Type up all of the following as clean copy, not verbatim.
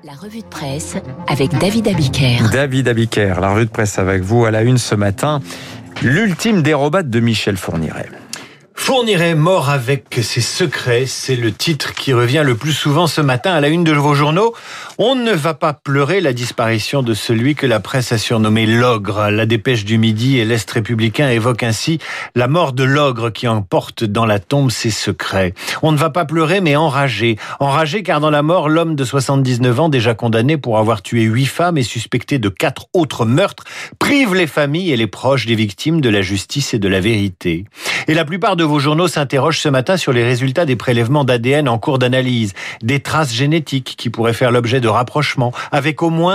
La revue de presse avec David Abiker. David Abiker, la revue de presse avec vous à la une ce matin. L'ultime dérobade de Michel Fourniret. Fourniret mort avec ses secrets, c'est le titre qui revient le plus souvent ce matin à la une de vos journaux. On ne va pas pleurer la disparition de celui que la presse a surnommé l'ogre. La Dépêche du Midi et l'Est républicain évoquent ainsi la mort de l'ogre qui emporte dans la tombe ses secrets. On ne va pas pleurer mais enragé. Enragé car dans la mort, l'homme de 79 ans, déjà condamné pour avoir tué 8 femmes et suspecté de 4 autres meurtres, prive les familles et les proches des victimes de la justice et de la vérité. Et la plupart de vos journaux s'interrogent ce matin sur les résultats des prélèvements d'ADN en cours d'analyse, des traces génétiques qui pourraient faire l'objet de rapprochements, avec au moins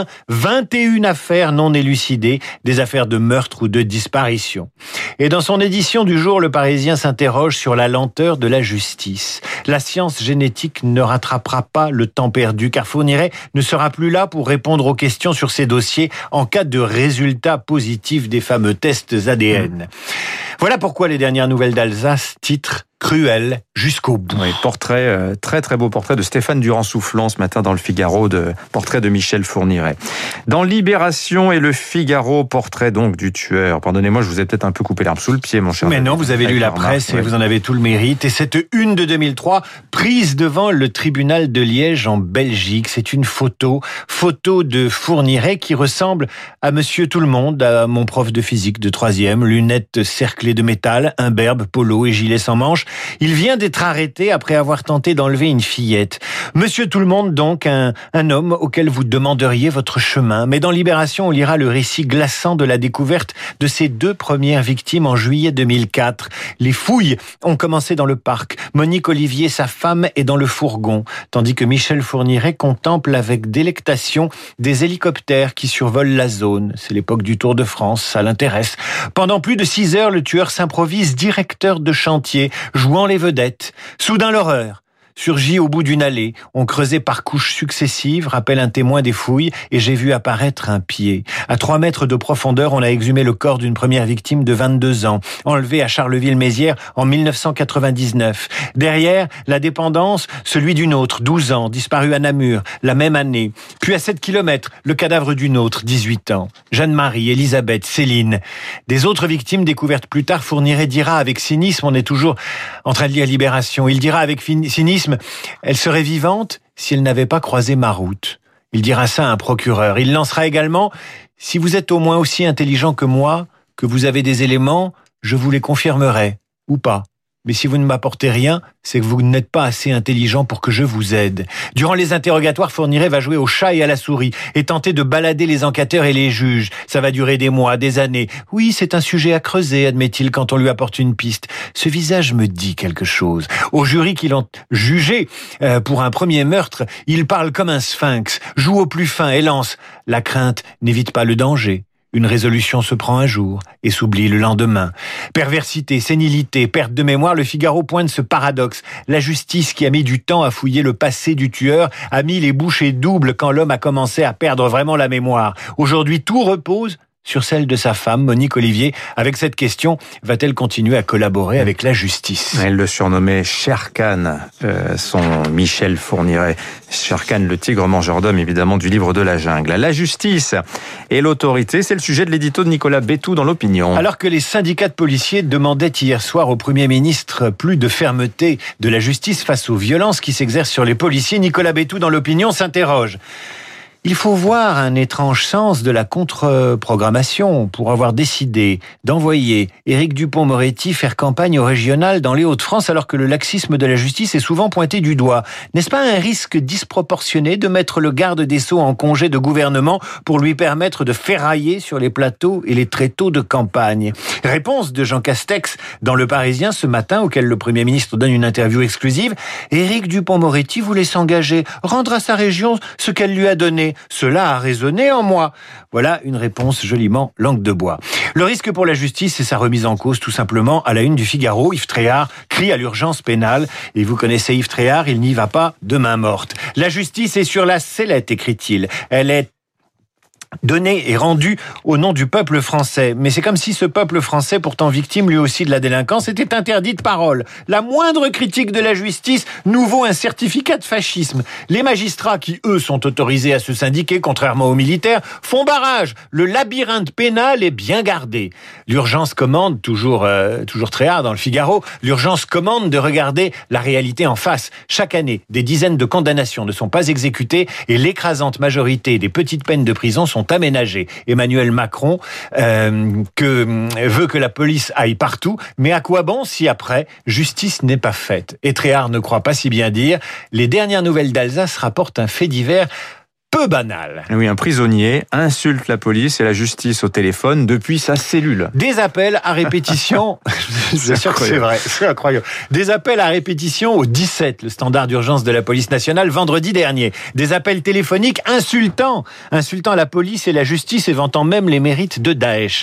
21 affaires non élucidées, des affaires de meurtre ou de disparition. Et dans son édition du jour, Le Parisien s'interroge sur la lenteur de la justice. La science génétique ne rattrapera pas le temps perdu, car Fourniret ne sera plus là pour répondre aux questions sur ces dossiers en cas de résultats positifs des fameux tests ADN. Voilà pourquoi les dernières nouvelles d'Alsace titrent Cruel jusqu'au bout. Oui, portrait, très très beau portrait de Stéphane Durand-Soufflant ce matin dans le Figaro, portrait de Michel Fourniret. Dans Libération et le Figaro, portrait donc du tueur. Pardonnez-moi, je vous ai peut-être un peu coupé l'herbe sous le pied, mon cher. Mais non, vous avez lu la presse et vous en avez tout le mérite. Et cette une de 2003, prise devant le tribunal de Liège en Belgique, c'est une photo de Fourniret qui ressemble à Monsieur Tout-le-Monde, à mon prof de physique de 3e, lunettes cerclées de métal, imberbe, polo et gilet sans manches. Il vient d'être arrêté après avoir tenté d'enlever une fillette. Monsieur Tout-le-Monde, donc, un homme auquel vous demanderiez votre chemin. Mais dans Libération, on lira le récit glaçant de la découverte de ses 2 premières victimes en juillet 2004. Les fouilles ont commencé dans le parc. Monique Olivier, sa femme, est dans le fourgon, tandis que Michel Fourniret contemple avec délectation des hélicoptères qui survolent la zone. C'est l'époque du Tour de France, ça l'intéresse. Pendant plus de 6 heures, le tueur s'improvise directeur de chantier, jouant les vedettes. Soudain l'horreur surgit au bout d'une allée. On creusait par couches successives, rappelle un témoin des fouilles, et j'ai vu apparaître un pied. À 3 mètres de profondeur, on a exhumé le corps d'une première victime de 22 ans, enlevée à Charleville-Mézières en 1999. Derrière, la dépendance, celui d'une autre, 12 ans, disparue à Namur, la même année. Puis à 7 kilomètres, le cadavre d'une autre, 18 ans. Jeanne-Marie, Elisabeth, Céline. Des autres victimes découvertes plus tard, Fourniret dira avec cynisme, on est toujours en train de lire Libération, il dira avec cynisme, elle serait vivante si elle n'avait pas croisé ma route. Il dira ça à un procureur. Il lancera également, si vous êtes au moins aussi intelligent que moi, que vous avez des éléments, je vous les confirmerai, ou pas. Mais si vous ne m'apportez rien, c'est que vous n'êtes pas assez intelligent pour que je vous aide. Durant les interrogatoires, Fourniret va jouer au chat et à la souris et tenter de balader les enquêteurs et les juges. Ça va durer des mois, des années. Oui, c'est un sujet à creuser, admet-il quand on lui apporte une piste. Ce visage me dit quelque chose. Au jury qui l'ont jugé pour un premier meurtre, il parle comme un sphinx, joue au plus fin et lance. La crainte n'évite pas le danger. Une résolution se prend un jour et s'oublie le lendemain. Perversité, sénilité, perte de mémoire, le Figaro pointe ce paradoxe. La justice qui a mis du temps à fouiller le passé du tueur a mis les bouchées doubles quand l'homme a commencé à perdre vraiment la mémoire. Aujourd'hui, tout repose sur celle de sa femme, Monique Olivier. Avec cette question, va-t-elle continuer à collaborer avec la justice ? Elle le surnommait Shere-Khan, son Michel Fourniret. Shere-Khan, le tigre mangeur d'hommes, évidemment, du livre de la jungle. La justice et l'autorité, c'est le sujet de l'édito de Nicolas Bétou dans l'Opinion. Alors que les syndicats de policiers demandaient hier soir au Premier ministre plus de fermeté de la justice face aux violences qui s'exercent sur les policiers, Nicolas Bétou dans l'Opinion s'interroge. Il faut voir un étrange sens de la contre-programmation pour avoir décidé d'envoyer Éric Dupond-Moretti faire campagne au régional dans les Hauts-de-France alors que le laxisme de la justice est souvent pointé du doigt. N'est-ce pas un risque disproportionné de mettre le garde des Sceaux en congé de gouvernement pour lui permettre de ferrailler sur les plateaux et les tréteaux de campagne ? Réponse de Jean Castex dans Le Parisien ce matin, auquel le Premier ministre donne une interview exclusive. Éric Dupond-Moretti voulait s'engager, rendre à sa région ce qu'elle lui a donné. Cela a résonné en moi. Voilà une réponse joliment langue de bois. Le risque pour la justice, c'est sa remise en cause tout simplement. À la une du Figaro, Yves Tréhard crie à l'urgence pénale. Et vous connaissez Yves Tréhard, il n'y va pas de main morte. La justice est sur la sellette, écrit-il. Elle est donné et rendu au nom du peuple français. Mais c'est comme si ce peuple français, pourtant victime lui aussi de la délinquance, était interdit de parole. La moindre critique de la justice nous vaut un certificat de fascisme. Les magistrats, qui eux sont autorisés à se syndiquer, contrairement aux militaires, font barrage. Le labyrinthe pénal est bien gardé. L'urgence commande, toujours très rare dans le Figaro, l'urgence commande de regarder la réalité en face. Chaque année, des dizaines de condamnations ne sont pas exécutées et l'écrasante majorité des petites peines de prison sont aménagées. Emmanuel Macron veut que la police aille partout, mais à quoi bon si après, justice n'est pas faite? Étréard ne croit pas si bien dire. Les dernières nouvelles d'Alsace rapportent un fait divers peu banal. Oui, un prisonnier insulte la police et la justice au téléphone depuis sa cellule. Des appels à répétition. C'est sûr que c'est vrai, c'est incroyable. Des appels à répétition au 17, le standard d'urgence de la police nationale, vendredi dernier. Des appels téléphoniques insultant la police et la justice et vantant même les mérites de Daesh.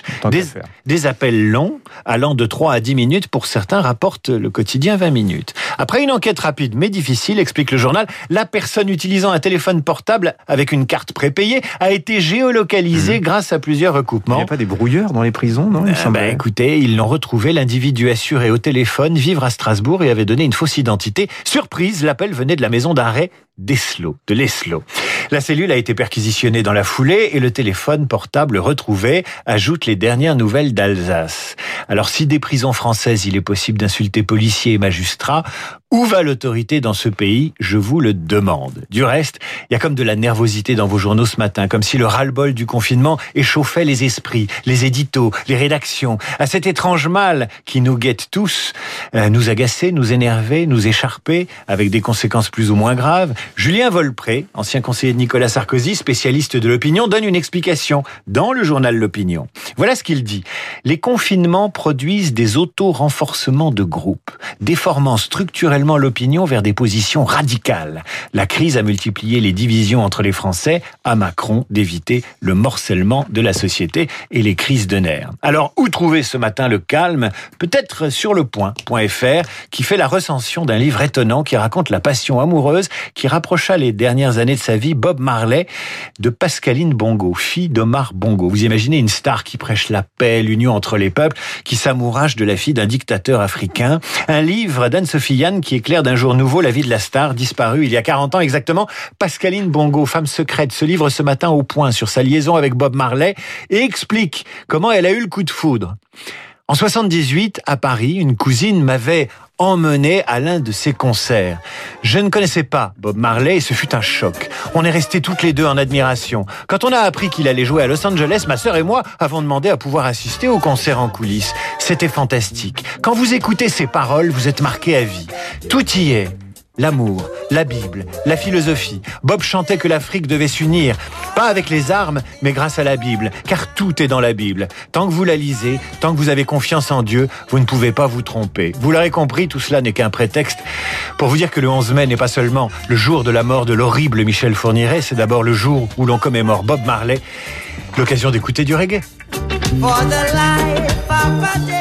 Des appels longs, allant de 3 à 10 minutes, pour certains, rapporte le quotidien 20 minutes. Après une enquête rapide mais difficile, explique le journal, la personne utilisant un téléphone portable avec une carte prépayée a été géolocalisée grâce à plusieurs recoupements. Il n'y a pas des brouilleurs dans les prisons, non? Écoutez, ils l'ont retrouvé, l'individu assuré au téléphone, vivre à Strasbourg et avait donné une fausse identité. Surprise, l'appel venait de la maison d'arrêt de l'Eslo. La cellule a été perquisitionnée dans la foulée et le téléphone portable retrouvé, ajoute les dernières nouvelles d'Alsace. Alors si des prisons françaises, il est possible d'insulter policiers et magistrats, où va l'autorité dans ce pays? Je vous le demande. Du reste, il y a comme de la nervosité dans vos journaux ce matin, comme si le ras-le-bol du confinement échauffait les esprits, les éditos, les rédactions, à cet étrange mal qui nous guette tous, nous agacer, nous énerver, nous écharper, avec des conséquences plus ou moins graves. Julien Volpré, ancien conseiller de Nicolas Sarkozy, spécialiste de l'opinion, donne une explication dans le journal L'Opinion. Voilà ce qu'il dit. Les confinements produisent des auto-renforcements de groupe, déformant structurellement l'opinion vers des positions radicales. La crise a multiplié les divisions entre les Français, à Macron d'éviter le morcellement de la société et les crises de nerfs. Alors, où trouver ce matin le calme? Peut-être sur lepoint.fr, qui fait la recension d'un livre étonnant qui raconte la passion amoureuse qui rapprocha les dernières années de sa vie Bob Marley de Pascaline Bongo, fille d'Omar Bongo. Vous imaginez une star qui prêche la paix, l'union entre les peuples, qui s'amourache de la fille d'un dictateur africain. Un livre d'Anne-Sophie Yann qui éclaire d'un jour nouveau la vie de la star disparue il y a 40 ans exactement. Pascaline Bongo, femme secrète, se livre ce matin au Point sur sa liaison avec Bob Marley et explique comment elle a eu le coup de foudre. En 78, à Paris, une cousine m'avait emmené à l'un de ses concerts. Je ne connaissais pas Bob Marley et ce fut un choc. On est restés toutes les deux en admiration. Quand on a appris qu'il allait jouer à Los Angeles, ma sœur et moi avons demandé à pouvoir assister au concert en coulisses. C'était fantastique. Quand vous écoutez ces paroles, vous êtes marqués à vie. Tout y est. L'amour, la Bible, la philosophie. Bob chantait que l'Afrique devait s'unir, pas avec les armes, mais grâce à la Bible, car tout est dans la Bible. Tant que vous la lisez, tant que vous avez confiance en Dieu, vous ne pouvez pas vous tromper. Vous l'aurez compris, tout cela n'est qu'un prétexte pour vous dire que le 11 mai n'est pas seulement le jour de la mort de l'horrible Michel Fourniret, c'est d'abord le jour où l'on commémore Bob Marley, l'occasion d'écouter du reggae. For the life of a